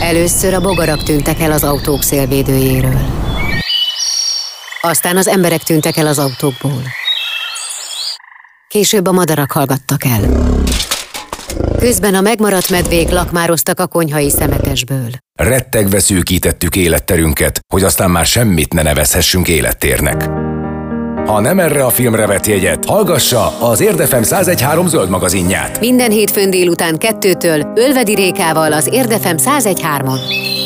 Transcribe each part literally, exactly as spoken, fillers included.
Először a bogarak tűntek el az autók szélvédőjéről. Aztán az emberek tűntek el az autókból. Később a madarak hallgattak el. Közben a megmaradt medvék lakmároztak a konyhai szemetesből. Rettegve szűkítettük életterünket, hogy aztán már semmit ne nevezhessünk élettérnek. Ha nem erre a filmre vett jegyet, hallgassa az Érd ef em száz egy három zöld magazinját. Minden hétfőn délután kettőtől Ölvedi Rékával az Érd ef em száz egy hármon.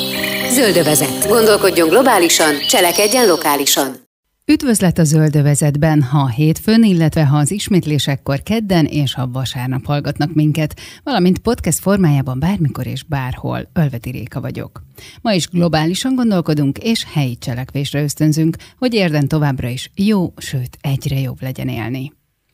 Zöldövezet. Gondolkodjon globálisan, cselekedjen lokálisan. Üdvözlet a Zöldövezetben, ha hétfőn, illetve ha az ismétlésekkor kedden és ha vasárnap hallgatnak minket, valamint podcast formájában bármikor és bárhol. Ölvedi Réka vagyok. Ma is globálisan gondolkodunk és helyi cselekvésre ösztönzünk, hogy Érden továbbra is jó, sőt egyre jobb legyen élni.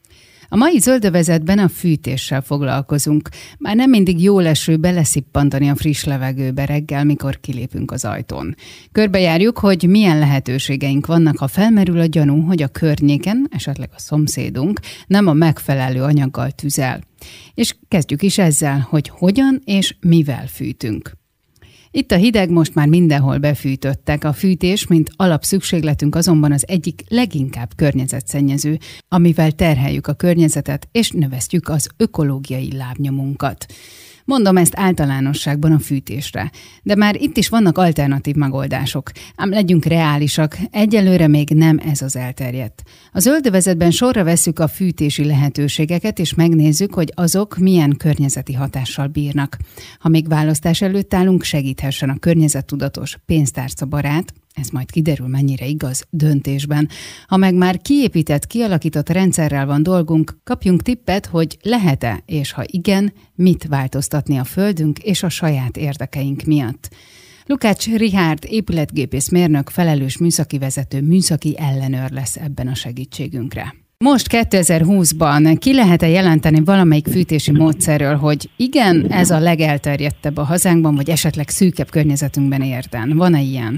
A mai Zöldövezetben a fűtéssel foglalkozunk. Már nem mindig jó eső beleszippantani a friss levegőbe reggel, mikor kilépünk az ajtón. Körbejárjuk, hogy milyen lehetőségeink vannak, ha felmerül a gyanú, hogy a környéken, esetleg a szomszédunk nem a megfelelő anyaggal tüzel. És kezdjük is ezzel, hogy hogyan és mivel fűtünk. Itt a hideg, most már mindenhol befűtöttek. A fűtés, mint alapszükségletünk azonban az egyik leginkább környezetszennyező, amivel terheljük a környezetet és növesztjük az ökológiai lábnyomunkat. Mondom ezt általánosságban a fűtésre, de már itt is vannak alternatív megoldások. Ám legyünk reálisak, egyelőre még nem ez az elterjedt. A Zöldövezetben sorra vesszük a fűtési lehetőségeket, és megnézzük, hogy azok milyen környezeti hatással bírnak. Ha még választás előtt állunk, segíthessen a környezettudatos, pénztárcabarát, ez majd kiderül, mennyire igaz döntésben. Ha meg már kiépített, kialakított rendszerrel van dolgunk, kapjunk tippet, hogy lehet-e, és ha igen, mit változtatni a földünk és a saját érdekeink miatt. Lukács Richárd épületgépészmérnök, felelős műszaki vezető, műszaki ellenőr lesz ebben a segítségünkre. Most kétezer-húszban ki lehet-e jelenteni valamelyik fűtési módszerről, hogy igen, ez a legelterjedtebb a hazánkban, vagy esetleg szűkebb környezetünkben Érden? Van-e ilyen?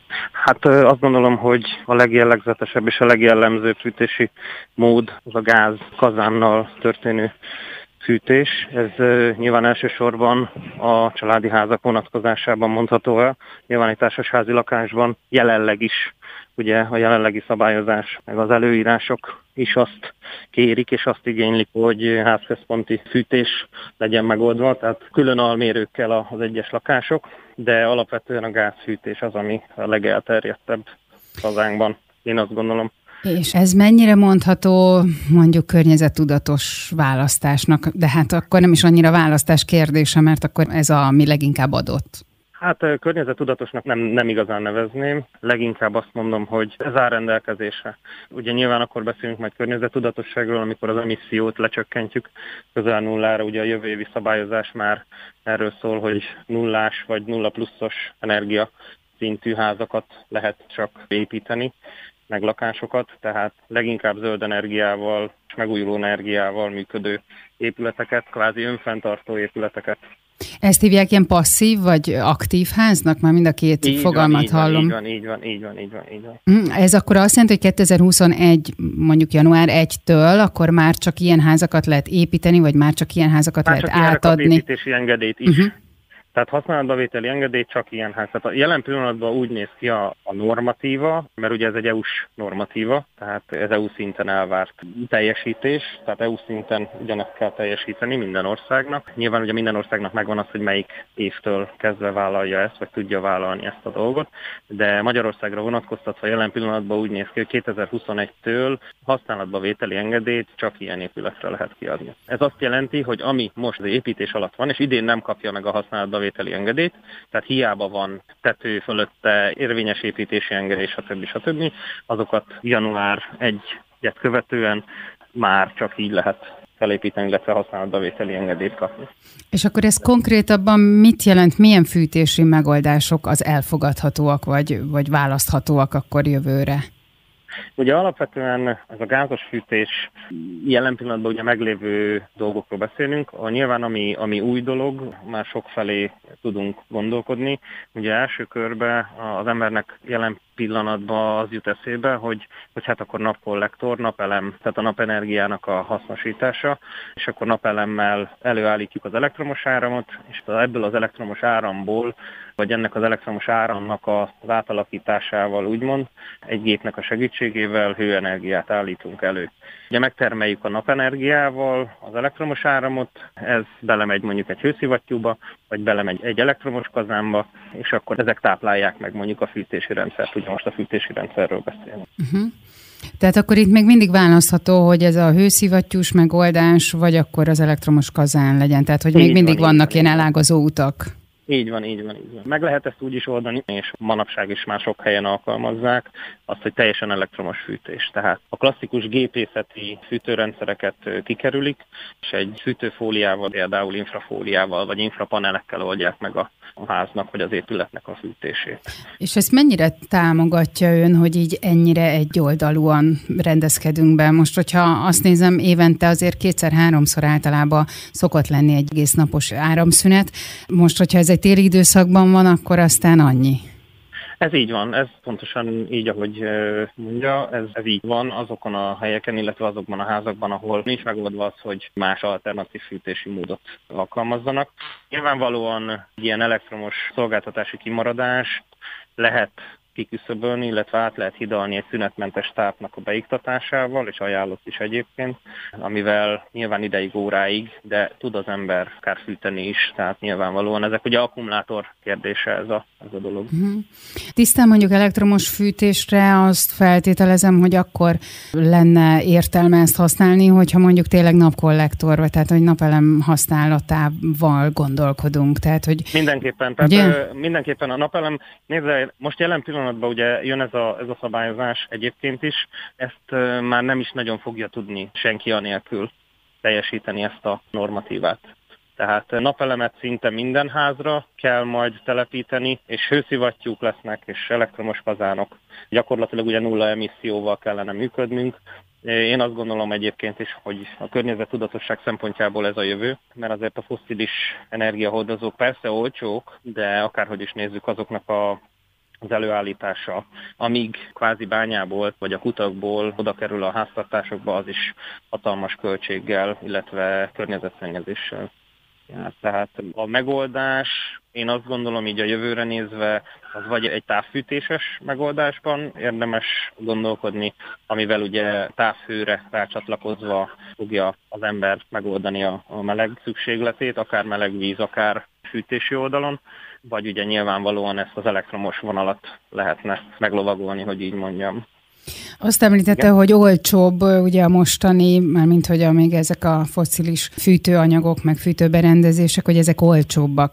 Hát azt gondolom, hogy a legjellegzetesebb és a legjellemzőbb fűtési mód az a gáz kazánnal történő fűtés. Ez nyilván elsősorban a családi házak vonatkozásában mondható el. Nyilván egy társasházi lakásban jelenleg is, ugye a jelenlegi szabályozás, meg az előírások is azt kérik, és azt igénylik, hogy házközponti fűtés legyen megoldva, tehát külön almérőkkel az egyes lakások, de alapvetően a gázfűtés az, ami a legelterjedtebb hazánkban, én azt gondolom. És ez mennyire mondható mondjuk környezettudatos választásnak, de hát akkor nem is annyira választás kérdése, mert akkor ez a mi leginkább adott. Hát környezettudatosnak nem, nem igazán nevezném, leginkább azt mondom, hogy ez áll rendelkezésre. Ugye nyilván akkor beszélünk majd környezettudatosságról, amikor az emissziót lecsökkentjük közel nullára, ugye a jövő évi szabályozás már erről szól, hogy nullás vagy nulla pluszos energia szintű házakat lehet csak építeni, meg lakásokat, tehát leginkább zöld energiával és megújuló energiával működő épületeket, kvázi önfenntartó épületeket. Ezt hívják ilyen passzív vagy aktív háznak? Már mind a két így fogalmat van, így hallom. Van, így van, így van, így van, így van, így van. Ez akkor azt jelenti, hogy kétezer-huszonegy, mondjuk január elsejétől, akkor már csak ilyen házakat lehet építeni, vagy már csak ilyen házakat már lehet csak átadni? Már csak építési engedélyt is. Uh-huh. Tehát használatbavételi engedély csak ilyen ház. Tehát a jelen pillanatban úgy néz ki a, a normatíva, mert ugye ez egy é u-s normatíva, tehát ez é u szinten elvárt teljesítés, tehát é u szinten ugyanezt kell teljesíteni minden országnak. Nyilván ugye minden országnak megvan az, hogy melyik évtől kezdve vállalja ezt, vagy tudja vállalni ezt a dolgot, de Magyarországra vonatkoztatva jelen pillanatban úgy néz ki, hogy kétezer-huszonegytől használatbavételi engedélyt csak ilyen épületre lehet kiadni. Ez azt jelenti, hogy ami most az építés alatt van, és idén nem kapja meg a használatbavételi engedélyt, tehát hiába van tető fölötte érvényes építési engedély, stb. stb. Azokat január elsejét követően már csak így lehet felépíteni, illetve használatbavételi engedélyt kapni. És akkor ez konkrétabban mit jelent, milyen fűtési megoldások az elfogadhatóak, vagy, vagy választhatóak akkor jövőre? Ugye alapvetően ez a gázos fűtés jelen pillanatban ugye meglévő dolgokról beszélünk. A nyilván ami, ami új dolog, már sokfelé tudunk gondolkodni. Ugye első körben az embernek jelen pillanatban az jut eszébe, hogy, hogy hát akkor napkollektor, napelem, tehát a napenergiának a hasznosítása, és akkor napelemmel előállítjuk az elektromos áramot, és ebből az elektromos áramból, vagy ennek az elektromos áramnak az átalakításával úgymond, egy gépnek a segítségével hőenergiát állítunk elő. Ugye megtermeljük a napenergiával az elektromos áramot, ez belemegy mondjuk egy hőszivattyúba, vagy belemegy egy elektromos kazánba, és akkor ezek táplálják meg mondjuk a fűtési rendszert, ugye most a fűtési rendszerről beszélünk. Uh-huh. Tehát akkor itt még mindig választható, hogy ez a hőszivattyús megoldás, vagy akkor az elektromos kazán legyen, tehát hogy még így mindig van, vannak ilyen elágazó utak. Így van, így van, így van. Meg lehet ezt úgy is oldani, és manapság is már sok helyen alkalmazzák, azt, hogy teljesen elektromos fűtés. Tehát a klasszikus gépészeti fűtőrendszereket kikerülik, és egy fűtőfóliával, például infrafóliával vagy infrapanelekkel oldják meg a, a háznak, vagy az épületnek a fűtését. És ezt mennyire támogatja ön, hogy így ennyire egyoldalúan rendezkedünk be? Most, hogyha azt nézem, évente azért kétszer-háromszor általában szokott lenni egy egész napos áramszünet. Most, hogyha ez egy téli időszakban van, akkor aztán annyi. Ez így van, ez pontosan így, ahogy mondja, ez, ez így van azokon a helyeken, illetve azokban a házakban, ahol nincs megoldva az, hogy más alternatív fűtési módot alkalmazzanak. Nyilvánvalóan ilyen elektromos szolgáltatási kimaradás lehet kiküszöbölni, illetve át lehet hidalni egy szünetmentes tápnak a beiktatásával, és ajánlott is egyébként, amivel nyilván ideig, óráig, de tud az ember akár fűteni is, tehát nyilvánvalóan ezek ugye akkumulátor kérdése ez a, ez a dolog. Uh-huh. Tisztán mondjuk elektromos fűtésre azt feltételezem, hogy akkor lenne értelme ezt használni, hogyha mondjuk tényleg napkollektor, vagy tehát hogy napelem használatával gondolkodunk. Tehát, hogy mindenképpen, tehát mindenképpen a napelem, nézze, most jelen pillanatban ugye jön ez a, ez a szabályozás egyébként is, ezt már nem is nagyon fogja tudni senki anélkül teljesíteni ezt a normatívát. Tehát napelemet szinte minden házra kell majd telepíteni, és hőszivattyúk lesznek, és elektromos kazánok. Gyakorlatilag ugye nulla emisszióval kellene működnünk. Én azt gondolom egyébként is, hogy a környezettudatosság szempontjából ez a jövő, mert azért a fosszilis energiahordozók persze olcsók, de akárhogy is nézzük, azoknak a az előállítása, amíg kvázi bányából vagy a kutakból oda kerül a háztartásokba, az is hatalmas költséggel, illetve környezetszennyezéssel. Ja, tehát a megoldás, én azt gondolom így a jövőre nézve, az vagy egy távfűtéses megoldásban érdemes gondolkodni, amivel ugye távhőre rácsatlakozva fogja az ember megoldani a, a meleg szükségletét, akár meleg víz, akár fűtési oldalon, vagy ugye nyilvánvalóan ezt az elektromos vonalat lehetne meglovagolni, hogy így mondjam. Azt említette, igen, hogy olcsóbb ugye a mostani, mármint hogy a, még ezek a fosszilis fűtőanyagok, meg fűtőberendezések, hogy ezek olcsóbbak.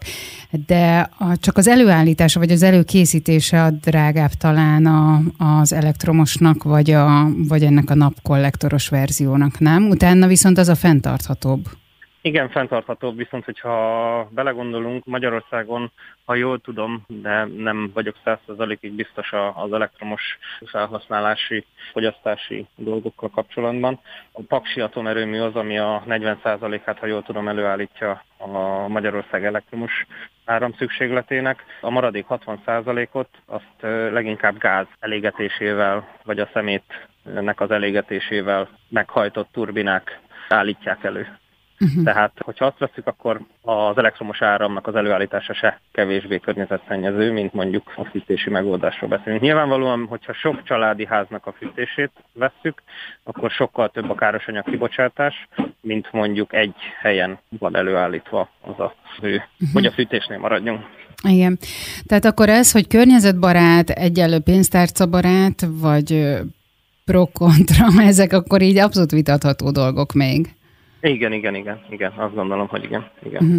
De a, csak az előállítása, vagy az előkészítése a drágább talán a, az elektromosnak, vagy, a, vagy ennek a napkollektoros verziónak, nem? Utána viszont az a fenntarthatóbb. Igen, fenntarthatóbb, viszont hogyha belegondolunk, Magyarországon, ha jól tudom, de nem vagyok száz százalékig biztos az elektromos felhasználási, fogyasztási dolgokkal kapcsolatban. A Paksi atomerőmű az, ami a negyven százalékát, ha jól tudom, előállítja a Magyarország elektromos áramszükségletének. A maradék hatvan százalékot azt leginkább gáz elégetésével, vagy a szemétnek az elégetésével meghajtott turbinák állítják elő. Uh-huh. Tehát, hogyha azt veszük, akkor az elektromos áramnak az előállítása se kevésbé környezetszennyező, mint mondjuk a fűtési megoldásról beszélünk. Nyilvánvalóan, hogyha sok családi háznak a fűtését vesszük, akkor sokkal több a károsanyag kibocsátás, mint mondjuk egy helyen van előállítva az a hő, uh-huh. hogy a fűtésnél maradjunk. Igen. Tehát akkor ez, hogy környezetbarát, egyenlő pénztárcabarát, vagy pro-kontra, ezek akkor így abszolút vitatható dolgok még. Igen, igen, igen, igen, azt gondolom, hogy igen. igen. Uh-huh.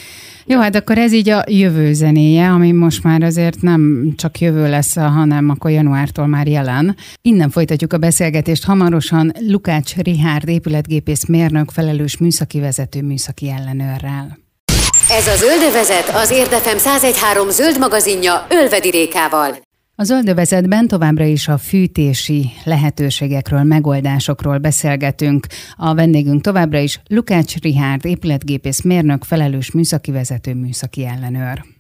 Jó, hát akkor ez így a jövő zenéje, ami most már azért nem csak jövő lesz, hanem akkor januártól már jelen. Innen folytatjuk a beszélgetést hamarosan Lukács Richárd épületgépész mérnök, felelős műszaki vezető, műszaki ellenőrrel. Ez a Zöldövezet, az Érdefem száz egy három zöld magazinja Ölvedi Rékával. A Zöldövezetben továbbra is a fűtési lehetőségekről, megoldásokról beszélgetünk. A vendégünk továbbra is Lukács Richárd épületgépész mérnök, felelős műszaki vezető, műszaki ellenőr.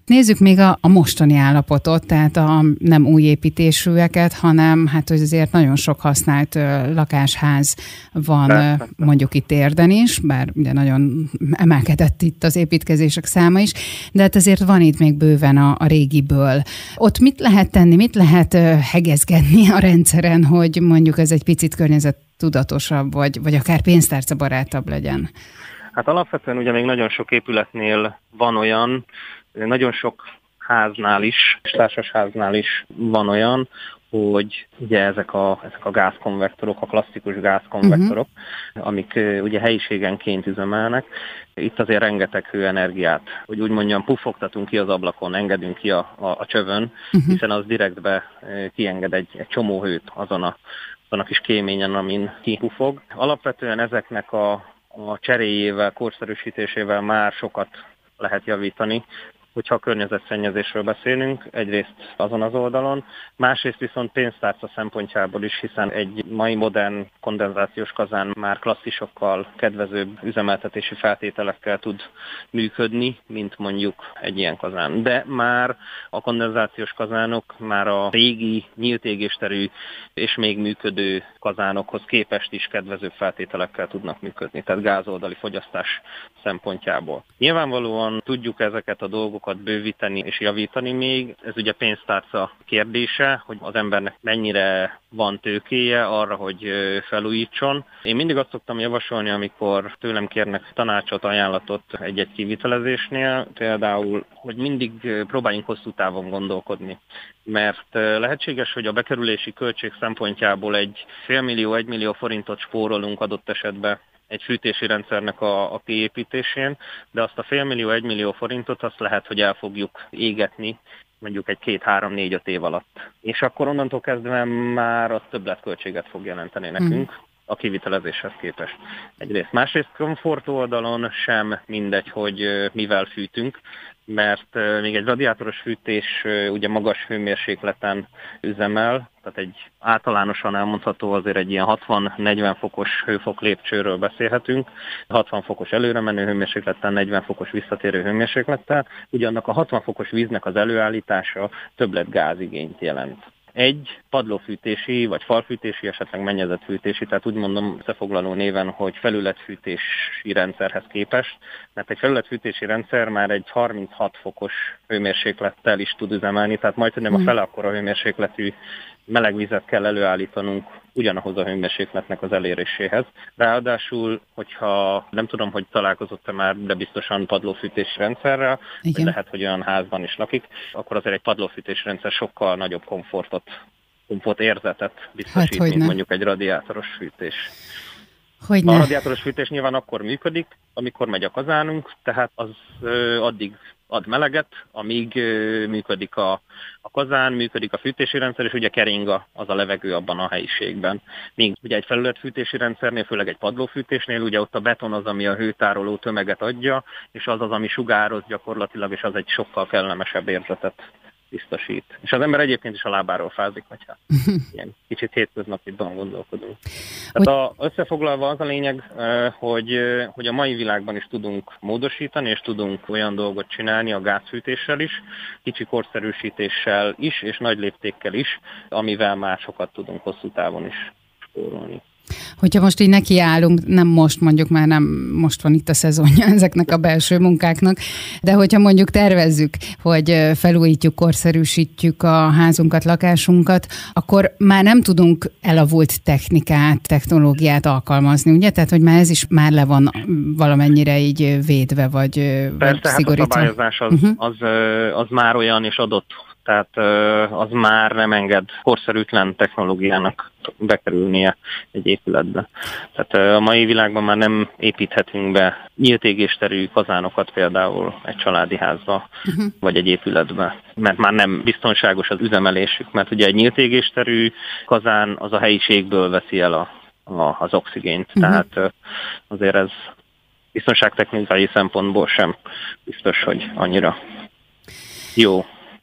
Nézzük még a, a mostani állapotot, tehát a nem új építésűeket, hanem hát azért nagyon sok használt ö, lakásház van ö, mondjuk itt Érden is, bár ugye nagyon emelkedett itt az építkezések száma is, de hát azért van itt még bőven a, a régiből. Ott mit lehet tenni, mit lehet ö, hegezgetni a rendszeren, hogy mondjuk ez egy picit környezettudatosabb, vagy, vagy akár pénztárcabarátabb legyen? Hát alapvetően ugye még nagyon sok épületnél van olyan, nagyon sok háznál is, és társasháznál is van olyan, hogy ugye ezek a, ezek a gázkonvektorok, a klasszikus gázkonvektorok, uh-huh. amik ugye helyiségenként üzemelnek. Itt azért rengeteg hőenergiát, hogy úgy mondjam, puffogtatunk ki az ablakon, engedünk ki a, a, a csövön, uh-huh. hiszen az direktbe kienged egy, egy csomó hőt azon a, azon a kis kéményen, amin kipuffog. Alapvetően ezeknek a, a cseréjével, korszerűsítésével már sokat lehet javítani, hogyha a környezetszennyezésről beszélünk, egyrészt azon az oldalon, másrészt viszont pénztárca szempontjából is, hiszen egy mai modern kondenzációs kazán már klasszisokkal, kedvezőbb üzemeltetési feltételekkel tud működni, mint mondjuk egy ilyen kazán. De már a kondenzációs kazánok már a régi, nyílt égésterű és még működő kazánokhoz képest is kedvezőbb feltételekkel tudnak működni, tehát gázoldali fogyasztás szempontjából. Nyilvánvalóan tudjuk ezeket a dolgokat bővíteni és javítani még. Ez ugye pénztárca kérdése, hogy az embernek mennyire van tőkéje arra, hogy felújítson. Én mindig azt szoktam javasolni, amikor tőlem kérnek tanácsot, ajánlatot egy-egy kivitelezésnél, például, hogy mindig próbáljunk hosszú távon gondolkodni. Mert lehetséges, hogy a bekerülési költség szempontjából egy félmillió, egymillió forintot spórolunk adott esetben egy fűtési rendszernek a, a kiépítésén, de azt a félmillió, egymillió forintot azt lehet, hogy el fogjuk égetni mondjuk egy két, három, négy, öt év alatt. És akkor onnantól kezdve már az többletköltséget fog jelenteni nekünk mm. a kivitelezéshez képest. Egyrészt. Másrészt komfort oldalon sem mindegy, hogy mivel fűtünk, mert még egy radiátoros fűtés ugye magas hőmérsékleten üzemel, tehát egy általánosan elmondható azért egy ilyen hatvan-negyven fokos hőfok lépcsőről beszélhetünk, hatvan fokos előre menő hőmérséklettel, negyven fokos visszatérő hőmérséklettel, ugye annak a hatvan fokos víznek az előállítása többlet gázigényt jelent. Egy padlófűtési, vagy falfűtési, esetleg mennyezetfűtési, tehát úgy mondom összefoglaló néven, hogy felületfűtési rendszerhez képest, mert egy felületfűtési rendszer már egy harminchat fokos hőmérséklettel is tud üzemelni, tehát majdnem a fele akkora hőmérsékletű meleg vizet kell előállítanunk ugyanahoz a hőmérsékletnek az eléréséhez. Ráadásul, hogyha nem tudom, hogy találkozott-e már, de biztosan padlófűtési rendszerrel, vagy lehet, hogy olyan házban is lakik, akkor azért egy padlófűtési rendszer sokkal nagyobb komfortot, komfort érzetet biztosít, hát, mint ne. mondjuk egy radiátoros fűtés. Hogyne. A radiátoros fűtés nyilván akkor működik, amikor megy a kazánunk, tehát az ö, addig ad meleget, amíg ö, működik a, a kazán, működik a fűtési rendszer, és ugye kering az a levegő abban a helyiségben. Míg ugye egy felületfűtési rendszernél, főleg egy padlófűtésnél, ugye ott a beton az, ami a hőtároló tömeget adja, és az az, ami sugároz gyakorlatilag, és az egy sokkal kellemesebb érzetet biztosít. És az ember egyébként is a lábáról fázik, hogyha ilyen kicsit hétköznapibban gondolkodunk. Tehát a, összefoglalva az a lényeg, hogy, hogy a mai világban is tudunk módosítani, és tudunk olyan dolgot csinálni a gázfűtéssel is, kicsi korszerűsítéssel is, és nagy léptékkel is, amivel már sokat tudunk hosszú távon is spórolni. Hogyha most így nekiállunk, nem most, mondjuk már nem most van itt a szezonja ezeknek a belső munkáknak, de hogyha mondjuk tervezzük, hogy felújítjuk, korszerűsítjük a házunkat, lakásunkat, akkor már nem tudunk elavult technikát, technológiát alkalmazni, ugye? Tehát, hogy már ez is már le van valamennyire így védve, vagy, vagy Persze, szigorítva. Hát a szabályozás az, uh-huh. az, az már olyan és adott, tehát az már nem enged korszerűtlen technológiának bekerülnie egy épületbe. Tehát a mai világban már nem építhetünk be nyílt égésterű kazánokat például egy családi házba, uh-huh. vagy egy épületbe, mert már nem biztonságos az üzemelésük, mert ugye egy nyílt égésterű kazán az a helyiségből veszi el a, a, az oxigént, uh-huh. tehát azért ez biztonságtechnikai szempontból sem biztos, hogy annyira jó.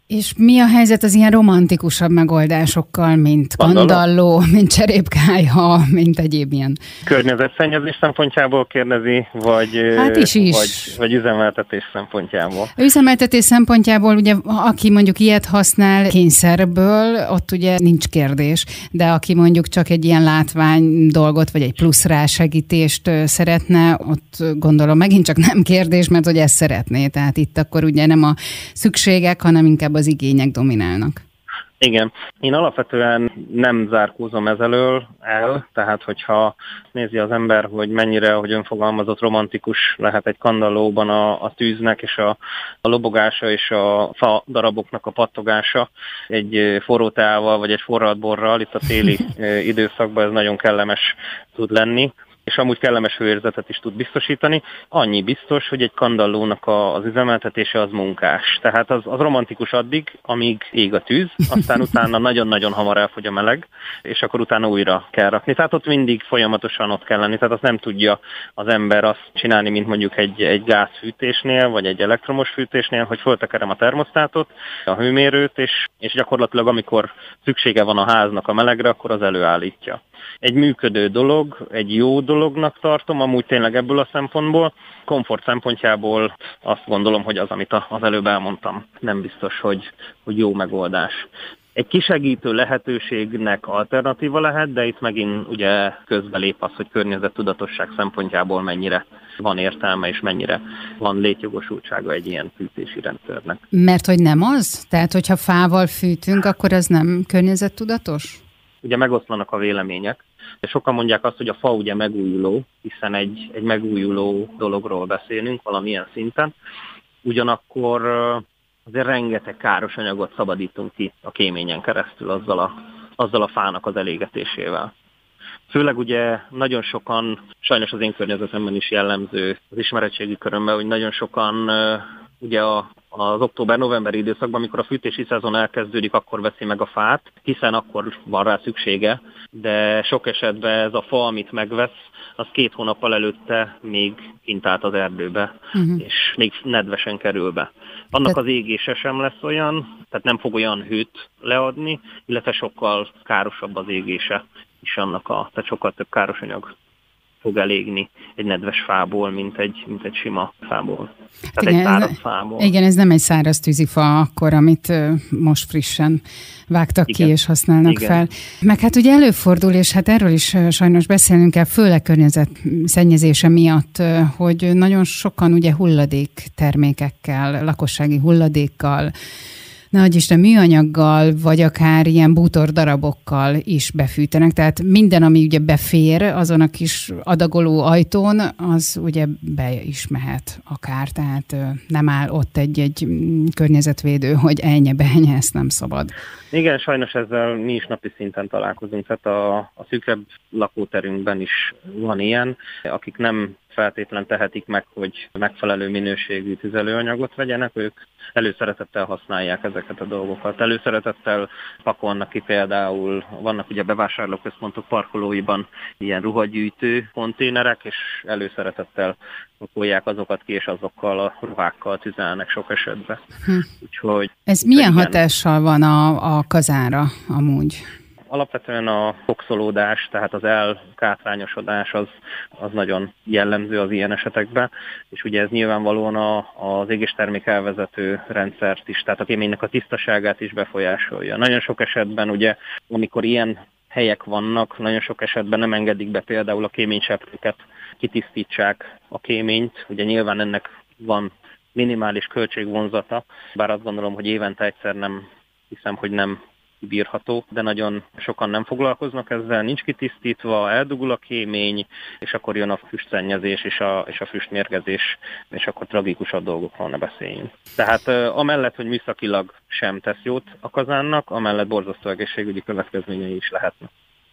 És mi a helyzet az ilyen romantikusabb megoldásokkal, mint kandalló, mint cserépkályha, mint egyéb ilyen? Környezetszennyezés szempontjából kérdezi, vagy, hát is is. vagy, vagy üzemeltetés szempontjából? Üzemeltetés szempontjából, ugye, aki mondjuk ilyet használ kényszerből, ott ugye nincs kérdés, de aki mondjuk csak egy ilyen látvány dolgot, vagy egy plusz rásegítést szeretne, ott gondolom megint csak nem kérdés, mert hogy ezt szeretné. Tehát itt akkor ugye nem a szükségek, hanem inkább az igények dominálnak. Igen. Én alapvetően nem zárkózom ez elől el, tehát hogyha nézi az ember, hogy mennyire, hogy önfogalmazott romantikus lehet egy kandallóban a, a tűznek, és a, a lobogása és a fa daraboknak a pattogása egy forró teával vagy egy forralt borral, itt a téli időszakban ez nagyon kellemes tud lenni, és amúgy kellemes hőérzetet is tud biztosítani. Annyi biztos, hogy egy kandallónak a, az üzemeltetése az munkás. Tehát az, az romantikus addig, amíg ég a tűz, aztán utána nagyon-nagyon hamar elfogy a meleg, és akkor utána újra kell rakni. Tehát ott mindig folyamatosan ott kell lenni. Tehát azt nem tudja az ember azt csinálni, mint mondjuk egy, egy gázfűtésnél, vagy egy elektromos fűtésnél, hogy föltekerem a termosztátot, a hőmérőt, és, és gyakorlatilag amikor szüksége van a háznak a melegre, akkor az előállítja. Egy működő dolog, egy jó dolognak tartom, amúgy tényleg ebből a szempontból. Komfort szempontjából azt gondolom, hogy az, amit az előbb elmondtam, nem biztos, hogy, hogy jó megoldás. Egy kisegítő lehetőségnek alternatíva lehet, de itt megint ugye közbelép az, hogy környezettudatosság szempontjából mennyire van értelme, és mennyire van létjogosultsága egy ilyen fűtési rendszernek. Mert hogy nem az? Tehát, hogyha fával fűtünk, akkor az nem környezettudatos? Ugye megoszlanak a vélemények, de sokan mondják azt, hogy a fa ugye megújuló, hiszen egy, egy megújuló dologról beszélünk valamilyen szinten. Ugyanakkor azért rengeteg káros anyagot szabadítunk ki a kéményen keresztül azzal a, azzal a fának az elégetésével. Főleg ugye nagyon sokan, sajnos az én környezetemben is jellemző az ismeretségi körömben, hogy nagyon sokan ugye a az október-novemberi időszakban, amikor a fűtési szezon elkezdődik, akkor veszi meg a fát, hiszen akkor van rá szüksége, de sok esetben ez a fa, amit megvesz, az két hónappal előtte még kint állt az erdőbe, uh-huh. és még nedvesen kerül be. Annak Te... az égése sem lesz olyan, tehát nem fog olyan hőt leadni, illetve sokkal károsabb az égése is annak a, tehát sokkal több káros anyag fog elégni egy nedves fából, mint egy, mint egy sima fából. Tehát igen, egy száraz fából. Igen, ez nem egy száraz tűzifa akkor, amit most frissen vágtak igen. ki és használnak igen. fel. Meg hát ugye előfordul, és hát erről is sajnos beszélnünk kell, főleg környezetszennyezése miatt, hogy nagyon sokan ugye hulladék termékekkel, lakossági hulladékkal, nagyisten műanyaggal, vagy akár ilyen bútor darabokkal is befűtenek. Tehát minden, ami ugye befér azon a kis adagoló ajtón, az ugye be is mehet akár. Tehát nem áll ott egy-egy környezetvédő, hogy ennyi behenye, ezt nem szabad. Igen, sajnos ezzel mi is napi szinten találkozunk. Tehát a, a szűkebb lakóterünkben is van ilyen, akik nem feltétlen tehetik meg, hogy megfelelő minőségű tüzelőanyagot vegyenek, ők előszeretettel használják ezeket a dolgokat. Előszeretettel pakolnak ki például, vannak ugye bevásárlóközpontok parkolóiban ilyen ruhagyűjtő konténerek, és előszeretettel pakolják azokat ki, és azokkal a ruhákkal tüzelnek sok esetben. Hm. Úgyhogy, Ez milyen igen. hatással van a, a kazánra amúgy? Alapvetően a kokszolódás, tehát az elkátrányosodás az, az nagyon jellemző az ilyen esetekben, és ugye ez nyilvánvalóan a, az égéstermék elvezető rendszert is, tehát a kéménynek a tisztaságát is befolyásolja. Nagyon sok esetben ugye, amikor ilyen helyek vannak, nagyon sok esetben nem engedik be például a kéményseprőket, kitisztítsák a kéményt, ugye nyilván ennek van minimális költségvonzata, bár azt gondolom, hogy évente egyszer nem hiszem, hogy nem bírható, de nagyon sokan nem foglalkoznak ezzel, nincs kitisztítva, eldugul a kémény, és akkor jön a füstszennyezés és a, és a füstmérgezés, és akkor tragikusabb dolgokról ne beszéljünk. Tehát amellett, hogy műszakilag sem tesz jót a kazánnak, amellett borzasztó egészségügyi következményei is lehetnek.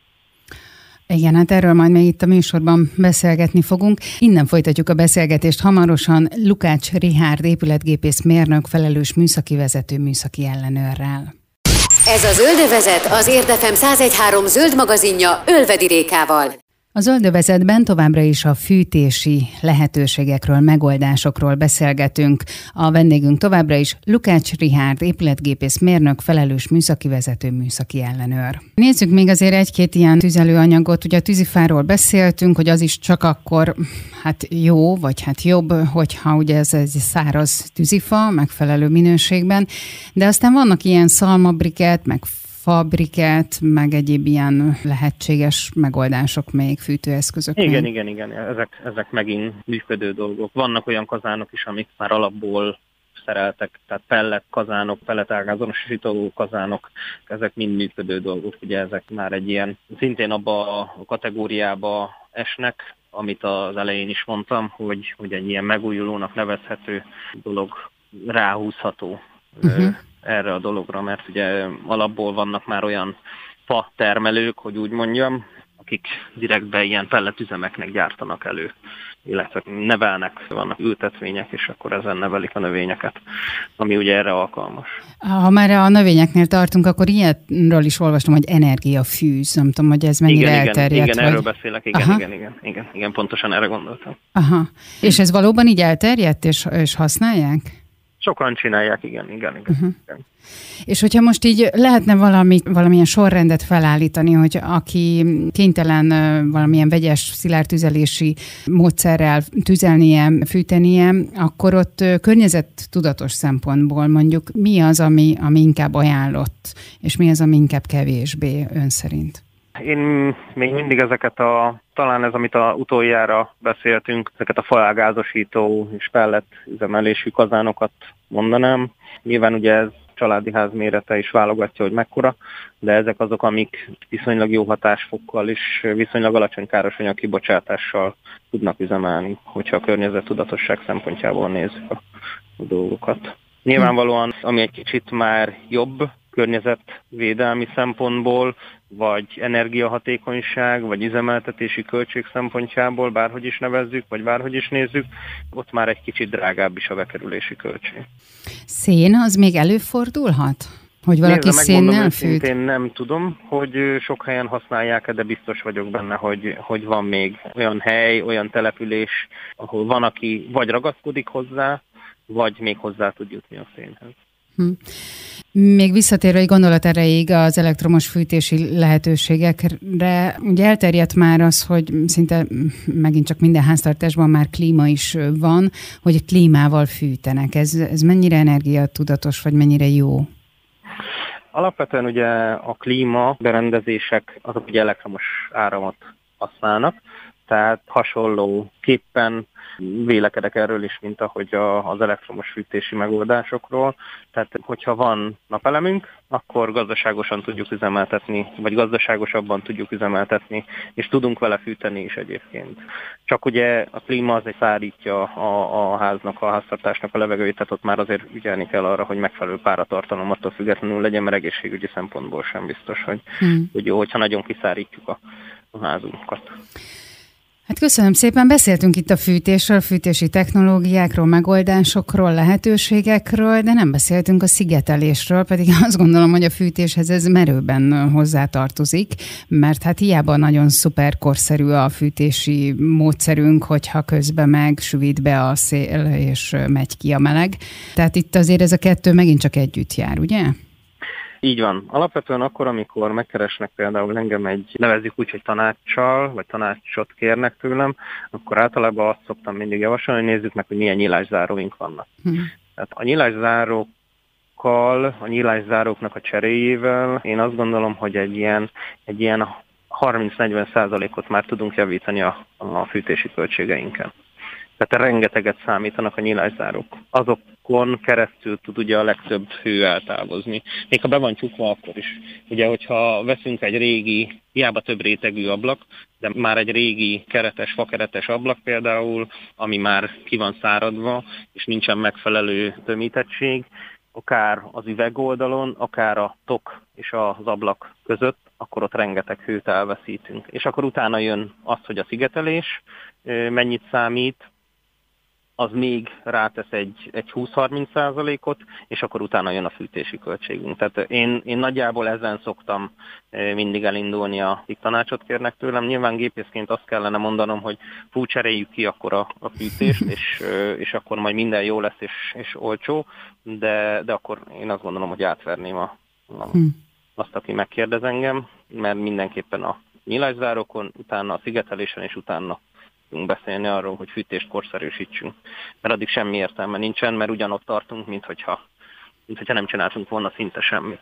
Igen, hát erről majd még itt a műsorban beszélgetni fogunk. Innen folytatjuk a beszélgetést hamarosan Lukács Richárd épületgépész mérnök, felelős műszaki vezető, műszaki ellenőrrel. Ez a Zöldövezet, az Érdefem száz egy pont három zöld magazinja Ölvedi Rékával. A zöldövezetben továbbra is a fűtési lehetőségekről, megoldásokról beszélgetünk. A vendégünk továbbra is Lukács Richárd, épületgépész mérnök, felelős műszaki vezető, műszaki ellenőr. Nézzük még azért egy-két ilyen tüzelőanyagot. Ugye a tűzifáról beszéltünk, hogy az is csak akkor hát jó, vagy hát jobb, hogyha ugye ez egy száraz tűzifa, megfelelő minőségben. De aztán vannak ilyen szalmabriket, meg fabriket, meg egyéb ilyen lehetséges megoldások még, fűtőeszközök. Igen, még. igen, igen, ezek, ezek megint működő dolgok. Vannak olyan kazánok is, amik már alapból szereltek, tehát pellet kazánok, pelletágazonosító kazánok, ezek mind működő dolgok, ugye ezek már egy ilyen, szintén abba a kategóriába esnek, amit az elején is mondtam, hogy, hogy egy ilyen megújulónak nevezhető dolog ráhúzható uh-huh. erre a dologra, mert ugye alapból vannak már olyan fa termelők, hogy úgy mondjam, akik direktben ilyen pelletüzemeknek gyártanak elő, illetve nevelnek, vannak ültetvények, és akkor ezen nevelik a növényeket, ami ugye erre alkalmas. Ha már a növényeknél tartunk, akkor ilyenről is olvastam, hogy energiafűz, nem tudom, hogy ez mennyire igen, elterjedt. Igen, igen, vagy... erről beszélek, igen, igen, igen, igen, igen, pontosan erre gondoltam. Aha. És ez valóban így elterjedt, és, és használják? Sokan csinálják, igen, igen, igen. Uh-huh. igen. És hogyha most így lehetne valami, valamilyen sorrendet felállítani, hogy aki kénytelen valamilyen vegyes szilárd-tüzelési módszerrel tüzelnie, fűtenie, akkor ott környezettudatos szempontból mondjuk mi az, ami, ami inkább ajánlott, és mi az, ami inkább kevésbé ön szerint? Én még mindig ezeket a, talán ez, amit a utoljára beszéltünk, ezeket a faágázosító és pellet üzemelésű kazánokat mondanám. Nyilván ugye ez családi ház mérete is válogatja, hogy mekkora, de ezek azok, amik viszonylag jó hatásfokkal és viszonylag alacsony károsanyag kibocsátással tudnak üzemelni, hogyha a környezettudatosság szempontjából nézzük a, a dolgokat. Nyilvánvalóan, ami egy kicsit már jobb környezetvédelmi szempontból, vagy energiahatékonyság, vagy üzemeltetési költség szempontjából, bárhogy is nevezzük, vagy bárhogy is nézzük, ott már egy kicsit drágább is a bekerülési költség. Szén az még előfordulhat? Hogy valaki Nézze, szénnel fűt? Én nem tudom, hogy sok helyen használják, de biztos vagyok benne, hogy, hogy van még olyan hely, olyan település, ahol van, aki vagy ragaszkodik hozzá, vagy még hozzá tud jutni a szénhez. Hm. Még visszatérve egy gondolat erejéig az elektromos fűtési lehetőségekre, ugye elterjedt már az, hogy szinte megint csak minden háztartásban már klíma is van, hogy klímával fűtenek. Ez, ez mennyire energiatudatos, vagy mennyire jó? Alapvetően ugye a klíma berendezések azok ugye elektromos áramot használnak, tehát hasonlóképpen vélekedek erről is, mint ahogy a, az elektromos fűtési megoldásokról. Tehát, hogyha van napelemünk, akkor gazdaságosan tudjuk üzemeltetni, vagy gazdaságosabban tudjuk üzemeltetni, és tudunk vele fűteni is egyébként. Csak ugye a klíma az egy szárítja a, a háznak, a háztartásnak a levegőjét, tehát ott már azért ügyelni kell arra, hogy megfelelő páratartalom attól függetlenül legyen, mert egészségügyi szempontból sem biztos, hogy, hmm. hogy jó, hogyha nagyon kiszárítjuk a, a házunkat. Hát köszönöm szépen, beszéltünk itt a fűtésről, fűtési technológiákról, megoldásokról, lehetőségekről, de nem beszéltünk a szigetelésről, pedig azt gondolom, hogy a fűtéshez ez merőben hozzátartozik, mert hát hiába nagyon szuper korszerű a fűtési módszerünk, hogyha közben meg süvít be a szél és megy ki a meleg. Tehát itt azért ez a kettő megint csak együtt jár, ugye? Így van. Alapvetően akkor, amikor megkeresnek például engem egy, nevezzük úgy, hogy tanácssal, vagy tanácsot kérnek tőlem, akkor általában azt szoktam mindig javasolni, hogy nézzük meg, hogy milyen nyílászáróink vannak. Hmm. Tehát a nyílászárókkal, a nyílászáróknak a cseréjével én azt gondolom, hogy egy ilyen, egy ilyen harminc-negyven százalékot már tudunk javítani a, a fűtési költségeinken. Tehát rengeteget számítanak a nyílászárók. Azokon keresztül tud ugye a legtöbb hő eltávozni. Még ha be van csukva, akkor is. Ugye, hogyha veszünk egy régi, hiába több rétegű ablak, de már egy régi keretes, fakeretes ablak például, ami már ki van száradva, és nincsen megfelelő tömítettség, akár az üvegoldalon, akár a tok és az ablak között, akkor ott rengeteg hőt elveszítünk. És akkor utána jön az, hogy a szigetelés mennyit számít, az még rátesz egy, egy húsz-harminc százalékot, és akkor utána jön a fűtési költségünk. Tehát én, én nagyjából ezen szoktam mindig elindulni, akik tanácsot kérnek tőlem. Nyilván gépészként azt kellene mondanom, hogy fú, cseréljük ki akkor a, a fűtést, és, és akkor majd minden jó lesz, és, és olcsó, de, de akkor én azt gondolom, hogy átverném a, a, azt, aki megkérdez engem, mert mindenképpen a nyílászárókon, utána a szigetelésen, és utána beszélni arról, hogy fűtést korszerűsítsünk. Mert addig semmi értelme nincsen, mert ugyanott tartunk, mint hogyha, mint hogyha nem csináltunk volna szinte semmit.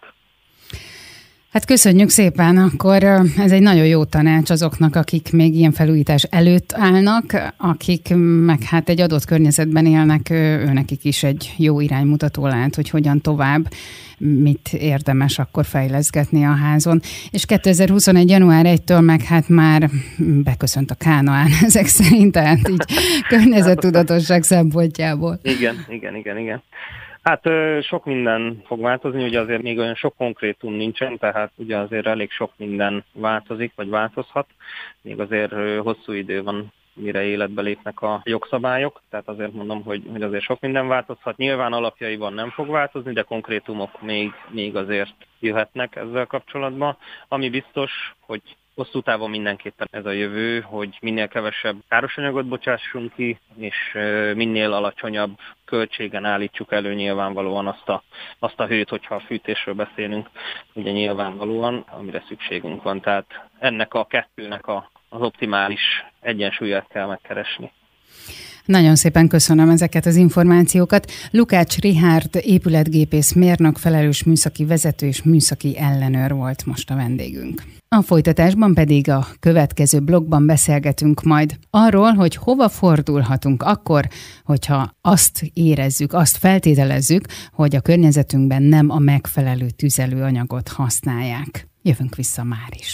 Hát köszönjük szépen, akkor ez egy nagyon jó tanács azoknak, akik még ilyen felújítás előtt állnak, akik meg hát egy adott környezetben élnek, őnekik is egy jó iránymutató lehet, hogy hogyan tovább, mit érdemes akkor fejleszgetni a házon. És kétezer-huszonegy. január elsejétől meg hát már beköszönt a kánoán ezek szerint, tehát így környezettudatosság szempontjából. Igen, igen, igen, igen. Hát sok minden fog változni, ugye azért még olyan sok konkrétum nincsen, tehát ugye azért elég sok minden változik, vagy változhat. Még azért hosszú idő van, mire életbe lépnek a jogszabályok, tehát azért mondom, hogy, hogy azért sok minden változhat. Nyilván alapjaiban nem fog változni, de konkrétumok még, még azért jöhetnek ezzel kapcsolatban. Ami biztos, hogy hosszú távon mindenképpen ez a jövő, hogy minél kevesebb károsanyagot bocsássunk ki, és minél alacsonyabb költségen állítsuk elő nyilvánvalóan azt a, azt a hőt, hogyha a fűtésről beszélünk, ugye nyilvánvalóan, amire szükségünk van. Tehát ennek a kettőnek a, az optimális egyensúlyát kell megkeresni. Nagyon szépen köszönöm ezeket az információkat. Lukács Richárd épületgépész mérnök, felelős műszaki vezető és műszaki ellenőr volt most a vendégünk. A folytatásban pedig a következő blogban beszélgetünk majd arról, hogy hova fordulhatunk akkor, hogyha azt érezzük, azt feltételezzük, hogy a környezetünkben nem a megfelelő tüzelőanyagot használják. Jövünk vissza már is.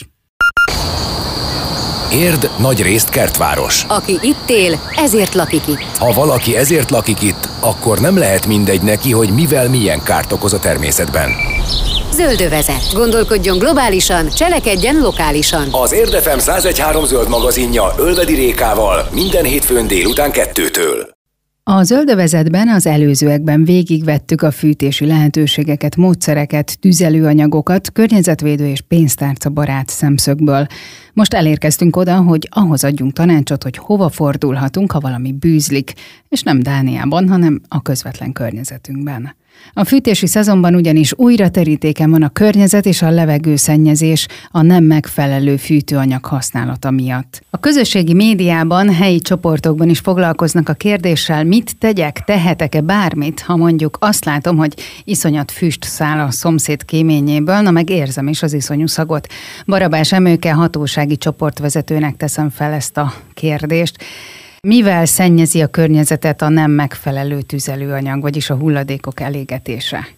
Érd nagyrészt kertváros. Aki itt él, ezért lakik itt. Ha valaki ezért lakik itt, akkor nem lehet mindegy neki, hogy mivel milyen kárt okoz a természetben. Zöldövezet. Gondolkodjon globálisan, cselekedjen lokálisan. Az Érd ef em száz egy három zöld magazinja Ölvedi Rékával minden hétfőn délután kettőtől. A zöldövezetben az előzőekben végigvettük a fűtési lehetőségeket, módszereket, tüzelőanyagokat, környezetvédő és pénztárca barát szemszögből. Most elérkeztünk oda, hogy ahhoz adjunk tanácsot, hogy hova fordulhatunk, ha valami bűzlik, és nem Dániában, hanem a közvetlen környezetünkben. A fűtési szezonban ugyanis újra terítéken van a környezet és a levegőszennyezés a nem megfelelő fűtőanyag használata miatt. A közösségi médiában, helyi csoportokban is foglalkoznak a kérdéssel, mit tegyek, tehetek-e bármit, ha mondjuk azt látom, hogy iszonyat füst száll a szomszéd kéményéből, na meg érzem is az iszonyú szagot. Barabás Emőke hatósági csoportvezetőnek teszem fel ezt a kérdést. Mivel szennyezi a környezetet a nem megfelelő tüzelőanyag, vagyis a hulladékok elégetése?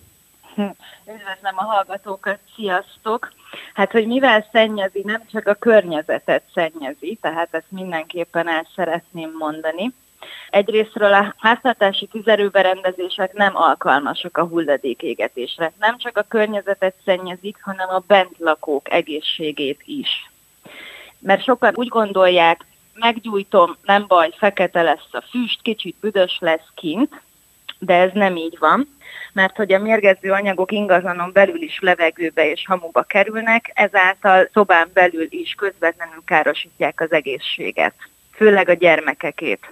Üdvözlöm a hallgatókat, sziasztok! Hát, hogy mivel szennyezi, nem csak a környezetet szennyezi, tehát ezt mindenképpen el szeretném mondani. Egyrésztről a háztartási tüzelőberendezések nem alkalmasak a hulladékégetésre. Nem csak a környezetet szennyezik, hanem a bentlakók egészségét is. Mert sokan úgy gondolják, meggyújtom, nem baj, fekete lesz a füst, kicsit büdös lesz kint, de ez nem így van, mert hogy a mérgező anyagok ingatlanon belül is levegőbe és hamuba kerülnek, ezáltal szobán belül is közvetlenül károsítják az egészséget, főleg a gyermekekét.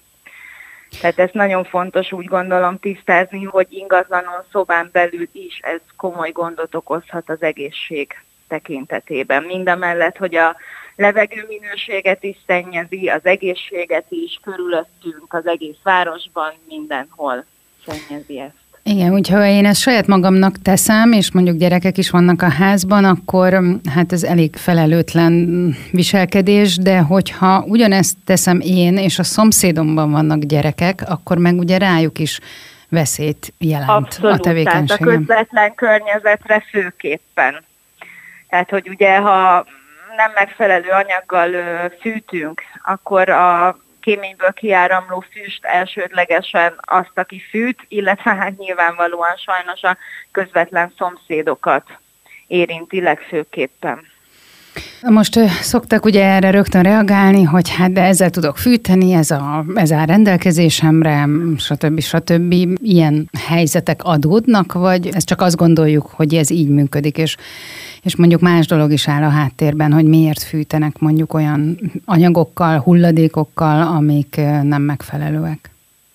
Tehát ez nagyon fontos, úgy gondolom, tisztázni, hogy ingatlanon szobán belül is ez komoly gondot okozhat az egészség tekintetében. Mindamellett, hogy a levegőminőséget is szennyezi, az egészséget is, körülöttünk, az egész városban, mindenhol szennyezi ezt. Igen, úgyhogy én ezt saját magamnak teszem, és mondjuk gyerekek is vannak a házban, akkor hát ez elég felelőtlen viselkedés, de hogyha ugyanezt teszem én, és a szomszédomban vannak gyerekek, akkor meg ugye rájuk is veszélyt jelent. Abszolút, a tevékenységem. Tehát a közvetlen környezetre főképpen. Tehát, hogy ugye, ha nem megfelelő anyaggal fűtünk, akkor a kéményből kiáramló füst elsődlegesen azt, aki fűt, illetve hát nyilvánvalóan sajnos a közvetlen szomszédokat érinti legfőképpen. Most szoktak ugye erre rögtön reagálni, hogy hát de ezzel tudok fűteni, ez, a, ez áll rendelkezésemre, stb. stb. Ilyen helyzetek adódnak, vagy ezt csak azt gondoljuk, hogy ez így működik, és, és mondjuk más dolog is áll a háttérben, hogy miért fűtenek mondjuk olyan anyagokkal, hulladékokkal, amik nem megfelelőek.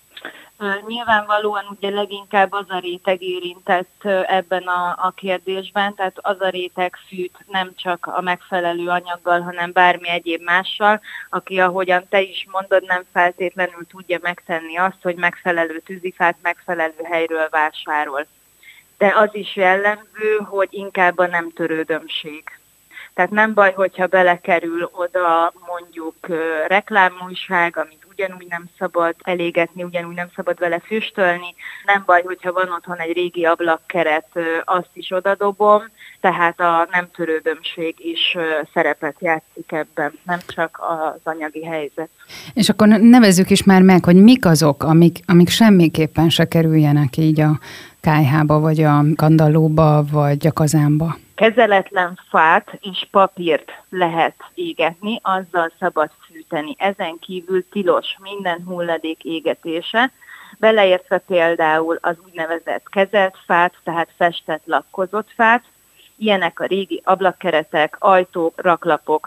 Nyilvánvalóan ugye leginkább az a réteg érintett ebben a, a kérdésben, tehát az a réteg fűt nem csak a megfelelő anyaggal, hanem bármi egyéb mással, aki, ahogyan te is mondod, nem feltétlenül tudja megtenni azt, hogy megfelelő tűzifát megfelelő helyről vásárol. De az is jellemző, hogy inkább a nem törődömség. Tehát nem baj, hogyha belekerül oda mondjuk reklámújság, amit ugyanúgy nem szabad elégetni, ugyanúgy nem szabad vele füstölni. Nem baj, hogyha van otthon egy régi ablakkeret, azt is odadobom, tehát a nem törődömség is szerepet játszik ebben, nem csak az anyagi helyzet. És akkor nevezzük is már meg, hogy mik azok, amik, amik semmiképpen se kerüljenek így a kályhába, vagy a kandallóba, vagy a kazánba. Kezeletlen fát és papírt lehet égetni, azzal szabad fűteni. Ezen kívül tilos minden hulladék égetése, beleértve például az úgynevezett kezelt fát, tehát festett lakkozott fát, ilyenek a régi ablakkeretek, ajtók, raklapok.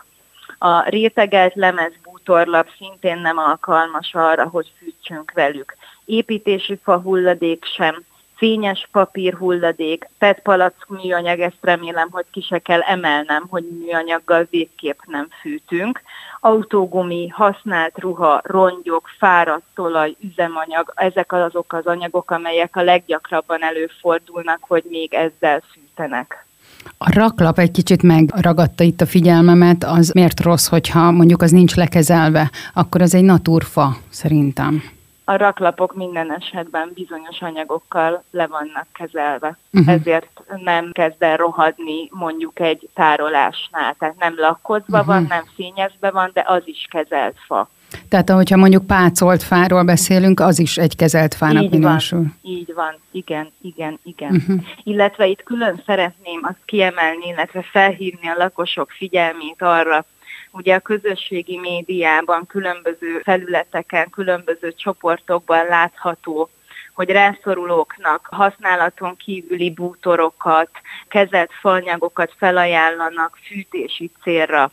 A rétegelt lemezbútorlap szintén nem alkalmas arra, hogy fűtsünk velük. Építési fa hulladék sem, fényes papír hulladék, pé é té palack műanyag, ezt remélem, hogy ki se kell emelnem, hogy műanyaggal végképp nem fűtünk. Autógumi, használt ruha, rongyok, fáradt olaj, üzemanyag, ezek azok az anyagok, amelyek a leggyakrabban előfordulnak, hogy még ezzel fűtenek. A raklap egy kicsit megragadta itt a figyelmemet, az miért rossz, hogyha mondjuk az nincs lekezelve, akkor az egy naturfa szerintem. A raklapok minden esetben bizonyos anyagokkal le vannak kezelve. Uh-huh. Ezért nem kezd el rohadni mondjuk egy tárolásnál. Tehát nem lakkozva uh-huh. van, nem fényezve van, de az is kezelt fa. Tehát ahogyha mondjuk pácolt fáról beszélünk, az is egy kezelt fának így minősül. Van, így van, igen, igen, igen. Uh-huh. Illetve itt külön szeretném azt kiemelni, illetve felhívni a lakosok figyelmét arra, ugye a közösségi médiában, különböző felületeken, különböző csoportokban látható, hogy rászorulóknak használaton kívüli bútorokat, kezelt faanyagokat felajánlanak fűtési célra.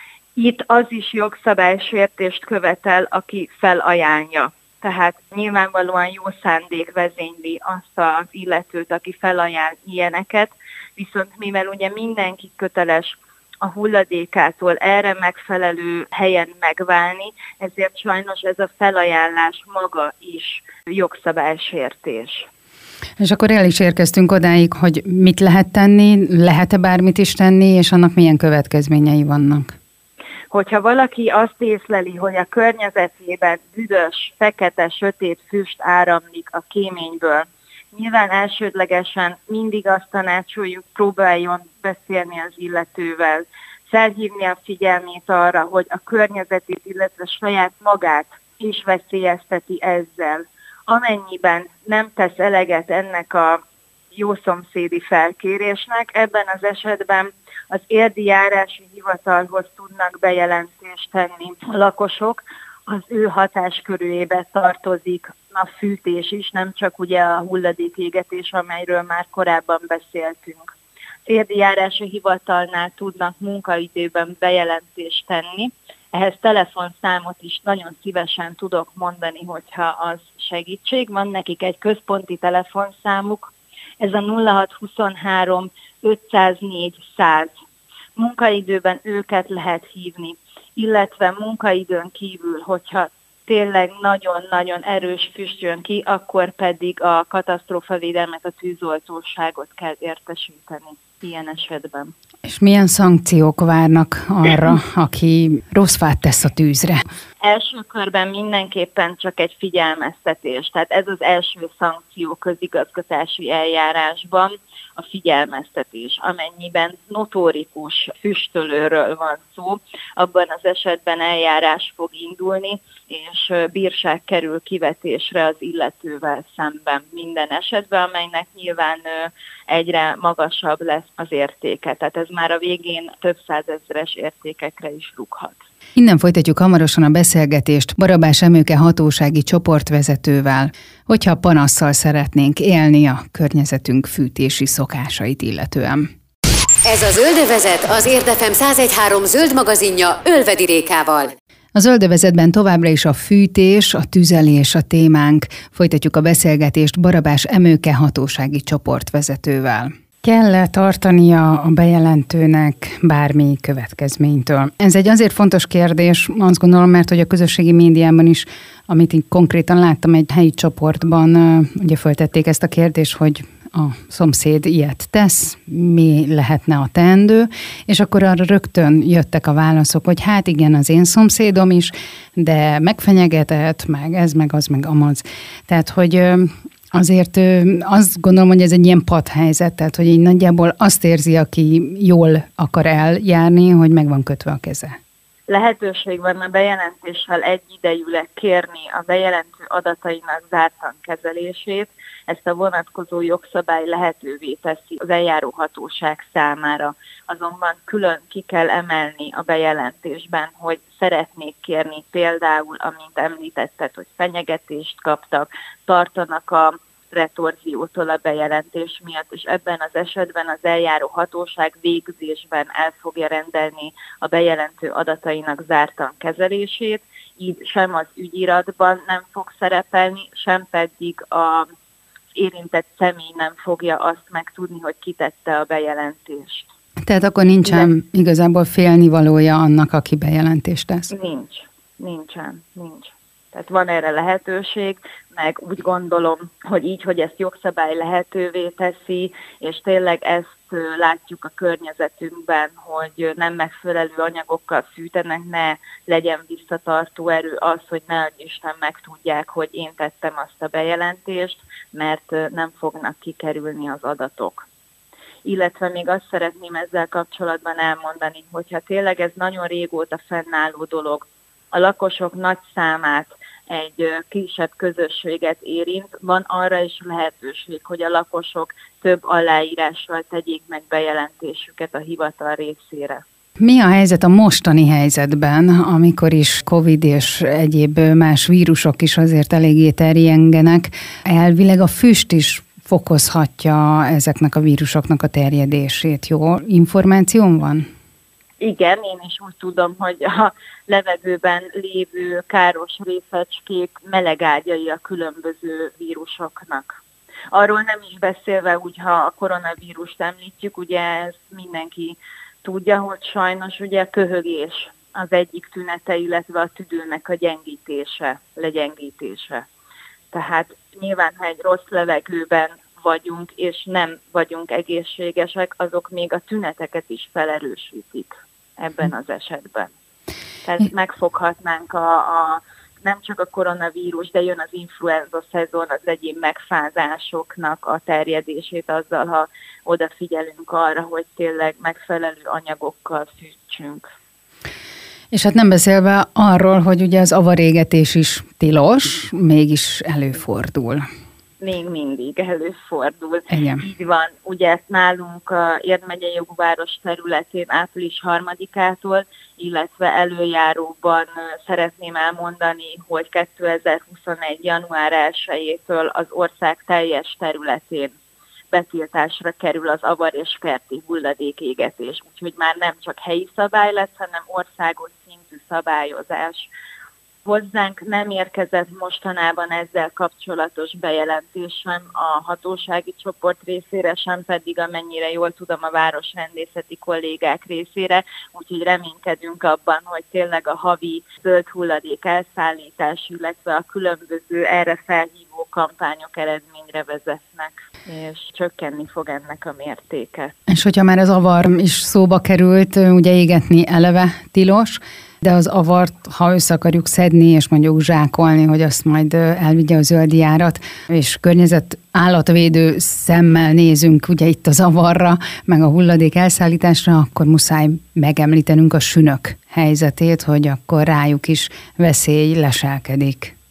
Itt az is jogszabálysértést követel, aki felajánlja. Tehát nyilvánvalóan jó szándék vezényli azt az illetőt, aki felajánl ilyeneket, viszont mivel ugye mindenki köteles a hulladékától erre megfelelő helyen megválni, ezért sajnos ez a felajánlás maga is jogszabálysértés. És akkor el is érkeztünk odáig, hogy mit lehet tenni, lehet-e bármit is tenni, és annak milyen következményei vannak? Hogyha valaki azt észleli, hogy a környezetében büdös, fekete, sötét füst áramlik a kéményből, nyilván elsődlegesen mindig azt tanácsoljuk, próbáljon beszélni az illetővel, felhívni a figyelmét arra, hogy a környezetét, illetve saját magát is veszélyezteti ezzel. Amennyiben nem tesz eleget ennek a jó szomszédi felkérésnek, ebben az esetben az érdi járási hivatalhoz tudnak bejelentést tenni a lakosok, az ő hatáskörébe tartozik a fűtés is, nem csak ugye a hulladékégetés, amelyről már korábban beszéltünk. Érdi járási hivatalnál tudnak munkaidőben bejelentést tenni. Ehhez telefonszámot is nagyon szívesen tudok mondani, hogyha az segítség. Van nekik egy központi telefonszámuk, ez a nulla hat huszonhárom ötszáznégy száz. Munkaidőben őket lehet hívni, illetve munkaidőn kívül, hogyha tényleg nagyon-nagyon erős füst jön ki, akkor pedig a katasztrófavédelmet, a tűzoltóságot kell értesíteni ilyen esetben. És milyen szankciók várnak arra, aki rossz fát tesz a tűzre? Első körben mindenképpen csak egy figyelmeztetés, tehát ez az első szankció közigazgatási eljárásban, a figyelmeztetés. Amennyiben notórikus füstölőről van szó, abban az esetben eljárás fog indulni, és bírság kerül kivetésre az illetővel szemben minden esetben, amelynek nyilván egyre magasabb lesz az értéke. Tehát ez már a végén több százezres értékekre is rúghat. Innen folytatjuk hamarosan a beszélgetést Barabás Emőke hatósági csoportvezetővel, hogyha panasszal szeretnénk élni a környezetünk fűtési szokásait illetően. Ez a Zöldövezet, az Érdefem száz egy pont három zöld magazinja Ölvedi Rékával. A Zöldövezetben továbbra is a fűtés, a tüzelés a témánk. Folytatjuk a beszélgetést Barabás Emőke hatósági csoportvezetővel. Kell-e tartania a bejelentőnek bármi következménytől? Ez egy azért fontos kérdés, azt gondolom, mert hogy a közösségi médiában is, amit én konkrétan láttam egy helyi csoportban, ugye föltették ezt a kérdést, hogy a szomszéd ilyet tesz, mi lehetne a teendő, és akkor arra rögtön jöttek a válaszok, hogy hát igen, az én szomszédom is, de megfenyegetett, meg ez, meg az, meg amaz. Tehát, hogy azért azt gondolom, hogy ez egy ilyen padhelyzet, tehát, hogy így nagyjából azt érzi, aki jól akar eljárni, hogy meg van kötve a keze. Lehetőség van a bejelentéssel egyidejűleg kérni a bejelentő adatainak zártan kezelését. Ezt a vonatkozó jogszabály lehetővé teszi az eljáró hatóság számára. Azonban külön ki kell emelni a bejelentésben, hogy szeretnék kérni például, amint említetted, hogy fenyegetést kaptak, tartanak a retorziótól a bejelentés miatt, és ebben az esetben az eljáró hatóság végzésben el fogja rendelni a bejelentő adatainak zártan kezelését, így sem az ügyiratban nem fog szerepelni, sem pedig a érintett személy nem fogja azt megtudni, hogy kitette a bejelentést. Tehát akkor nincsen De... igazából félnivalója annak, aki bejelentést tesz? Nincs, nincsen, nincs. Tehát van erre lehetőség, meg úgy gondolom, hogy így, hogy ezt jogszabály lehetővé teszi, és tényleg ezt látjuk a környezetünkben, hogy nem megfelelő anyagokkal fűtenek, ne legyen visszatartó erő az, hogy ne adj Isten megtudják, hogy én tettem azt a bejelentést, mert nem fognak kikerülni az adatok. Illetve még azt szeretném ezzel kapcsolatban elmondani, hogyha tényleg ez nagyon régóta fennálló dolog, a lakosok nagy számát egy kisebb közösséget érint, van arra is lehetőség, hogy a lakosok több aláírással tegyék meg bejelentésüket a hivatal részére. Mi a helyzet a mostani helyzetben, amikor is Covid és egyéb más vírusok is azért eléggé terjengenek? Elvileg a füst is fokozhatja ezeknek a vírusoknak a terjedését. Jó információm van? Igen, én is úgy tudom, hogy a levegőben lévő káros részecskék melegágyai a különböző vírusoknak. Arról nem is beszélve, úgy, ha a koronavírust említjük, ugye ezt mindenki tudja, hogy sajnos ugye a köhögés az egyik tünete, illetve a tüdőnek a gyengítése, legyengítése. Tehát nyilván, ha egy rossz levegőben vagyunk, és nem vagyunk egészségesek, azok még a tüneteket is felerősítik ebben az esetben. Tehát megfoghatnánk a, a, nem csak a koronavírus, de jön az influenza szezon, az egyéb megfázásoknak a terjedését azzal, ha odafigyelünk arra, hogy tényleg megfelelő anyagokkal fűtsünk. És hát nem beszélve arról, hogy ugye az avarégetés is tilos, mégis előfordul. Még mindig előfordul. Igen. Így van. Ugye nálunk a Érd megyei jogváros területén április harmadikától, illetve előjáróban szeretném elmondani, hogy kétezer-huszonegy. január elsejétől az ország teljes területén betiltásra kerül az avar- és kerti hulladékégetés. Úgyhogy már nem csak helyi szabály lesz, hanem országos szintű szabályozás. Hozzánk nem érkezett mostanában ezzel kapcsolatos bejelentés sem a hatósági csoport részére, sem pedig, amennyire jól tudom, a városrendészeti kollégák részére, úgyhogy reménykedünk abban, hogy tényleg a havi zöld hulladék elszállítás, illetve a különböző erre felhívó kampányok eredményre vezetnek, és csökkenni fog ennek a mértéke. És hogyha már az avar is szóba került, ugye égetni eleve tilos, de az avart, ha össze akarjuk szedni, és mondjuk zsákolni, hogy azt majd elvigye a zöldi járat, és környezet állatvédő szemmel nézünk ugye itt az avarra, meg a hulladék elszállításra, akkor muszáj megemlítenünk a sünök helyzetét, hogy akkor rájuk is veszély leselkedik.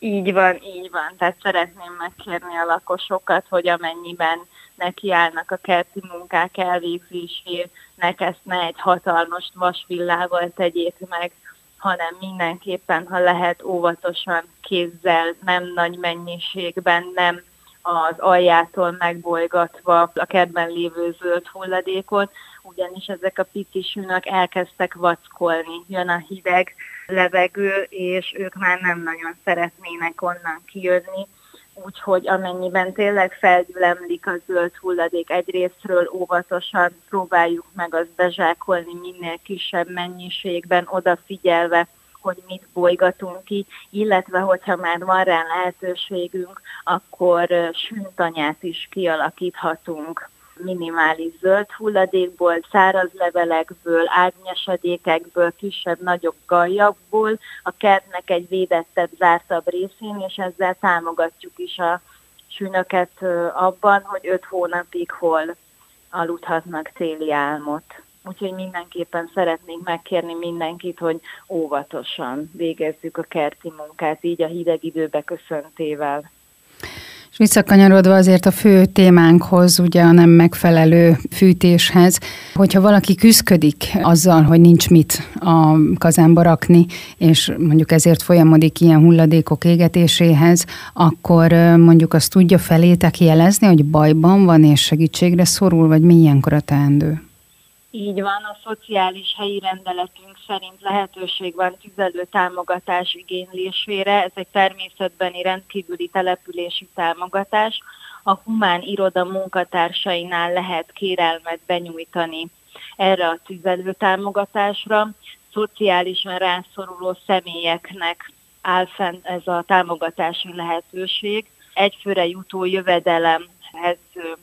Így van, így van. Tehát szeretném megkérni a lakosokat, hogy amennyiben nekiállnak a kerti munkák elvégzésének, ezt ne egy hatalmas vasvillával tegyék meg, hanem mindenképpen, ha lehet, óvatosan, kézzel, nem nagy mennyiségben, nem az aljától megbolygatva a kertben lévő zöld hulladékot, ugyanis ezek a pici sünök elkezdtek vackolni. Jön a hideg levegő, és ők már nem nagyon szeretnének onnan kijönni, úgyhogy amennyiben tényleg felgyülemlik a zöld hulladék egyrészről, óvatosan próbáljuk meg azt bezsákolni minél kisebb mennyiségben, odafigyelve, hogy mit bolygatunk ki, illetve hogyha már van rá lehetőségünk, akkor süntanyát is kialakíthatunk minimális zöld hulladékból, száraz levelekből, árnyesedékekből, kisebb-nagyobb gallyakból, a kertnek egy védettebb, zártabb részén, és ezzel támogatjuk is a sünöket abban, hogy öt hónapig hol aludhatnak téli álmot. Úgyhogy mindenképpen szeretnénk megkérni mindenkit, hogy óvatosan végezzük a kerti munkát, így a hideg időbe köszöntével. És visszakanyarodva azért a fő témánkhoz, ugye a nem megfelelő fűtéshez, hogyha valaki küszködik azzal, hogy nincs mit a kazánba rakni, és mondjuk ezért folyamodik ilyen hulladékok égetéséhez, akkor mondjuk azt tudja felétek jelezni, hogy bajban van és segítségre szorul, vagy mi ilyenkor a teendő? Így van, a szociális helyi rendeletünk szerint lehetőség van tüzelő támogatás igénylésére. Ez egy természetbeni rendkívüli települési támogatás. A humán iroda munkatársainál lehet kérelmet benyújtani erre a tüzelő támogatásra. Szociálisan rászoruló személyeknek áll fenn ez a támogatási lehetőség. Egyfőre jutó jövedelemhez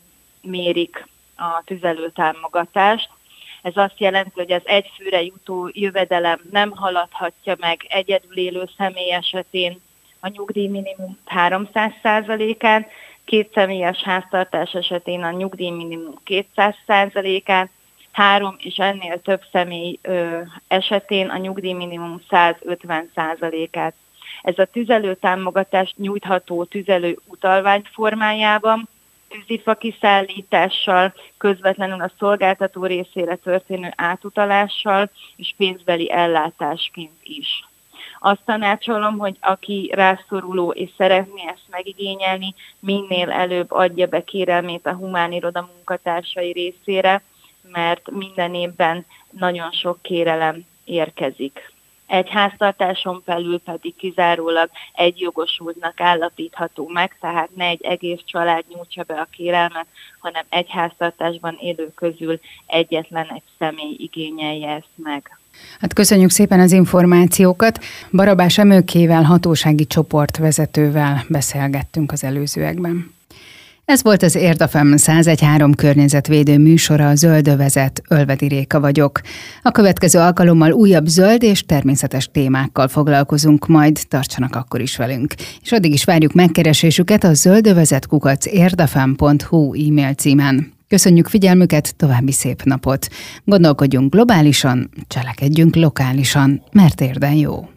mérik a tüzelő támogatást. Ez azt jelenti, hogy az egyfőre jutó jövedelem nem haladhatja meg egyedül élő személy esetén a nyugdíjminimum háromszáz százalékán, két személyes háztartás esetén a nyugdíjminimum kétszáz százalékán, három és ennél több személy ö, esetén a nyugdíjminimum százötven százalékát. Ez a tüzelőtámogatás nyújtható tüzelő utalvány formájában, tűzifa kiszállítással, közvetlenül a szolgáltató részére történő átutalással és pénzbeli ellátásként is. Azt tanácsolom, hogy aki rászoruló és szeretné ezt megigényelni, minél előbb adja be kérelmét a humán iroda munkatársai részére, mert minden évben nagyon sok kérelem érkezik. Egy háztartáson belül pedig kizárólag egy jogosultnak állapítható meg, tehát ne egy egész család nyújtsa be a kérelmet, hanem egy háztartásban élő közül egyetlen egy személy igényelje ezt meg. Hát köszönjük szépen az információkat. Barabás Emőkével, hatósági csoportvezetővel beszélgettünk az előzőekben. Ez volt az Érdefem száz egy pont három környezetvédő műsora, a Zöldövezet, Ölvedi Réka vagyok. A következő alkalommal újabb zöld és természetes témákkal foglalkozunk, majd tartsanak akkor is velünk. És addig is várjuk megkeresésüket a zöldövezet kukac érdefem pont hu e-mail címen. Köszönjük figyelmüket, további szép napot! Gondolkodjunk globálisan, cselekedjünk lokálisan, mert érden jó!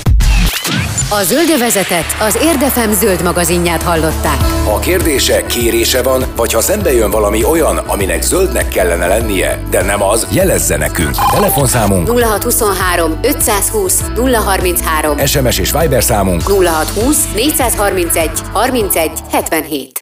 A Zöldövezetet, az Érdefem zöld magazinját hallották. Ha kérdése, kérése van, vagy ha szembe jön valami olyan, aminek zöldnek kellene lennie, de nem az, jelezze nekünk. Telefonszámunk nulla hat huszonhárom ötszázhúsz nulla harminchárom, es em es és Viber számunk nulla hat húsz négyszázharmincegy harmincegy hetvenhét.